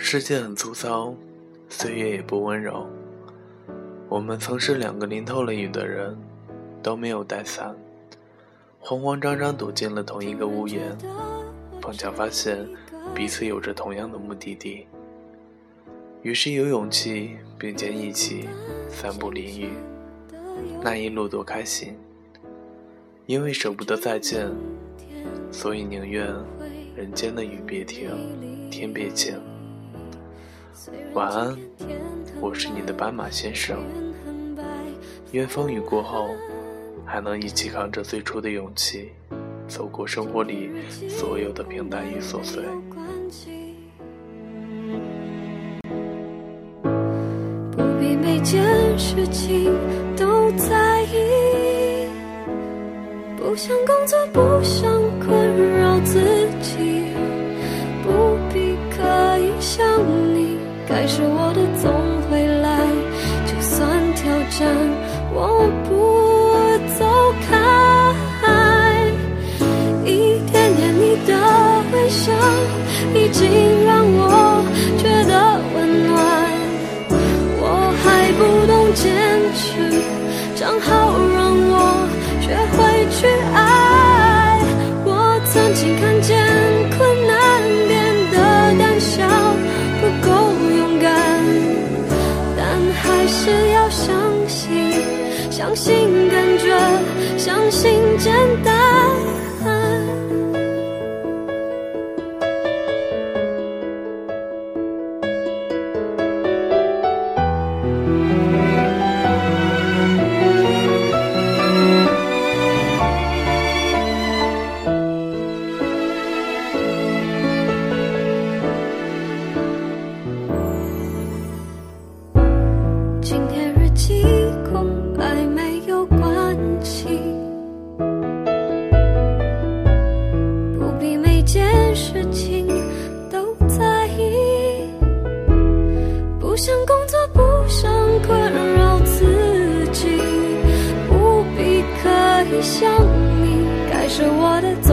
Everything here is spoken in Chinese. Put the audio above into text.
世界很粗糙，岁月也不温柔。我们曾是两个淋透了雨的人，都没有带伞，慌慌张张躲进了同一个屋檐，碰巧发现彼此有着同样的目的地，于是有勇气并肩一起散步淋雨。那一路多开心，因为舍不得再见，所以宁愿人间的雨别停，天别晴。晚安，我是你的斑马先生，愿风雨过后还能一起扛着最初的勇气，走过生活里所有的平淡与琐碎。 不必每件事情都在意，不想工作，不想困扰自己，不必刻意想你，该是我的总会来，就算挑战我不走开。一点点你的微笑已经让我觉得温暖，我还不懂坚持，正好让我学会去爱。我曾经看见困难变得胆小，不够勇敢，但还是要相信，相信感觉，相信简单。今天日记空白没有关系，不必每件事情都在意，不想工作，不想困扰自己，不必刻意想你，该是我的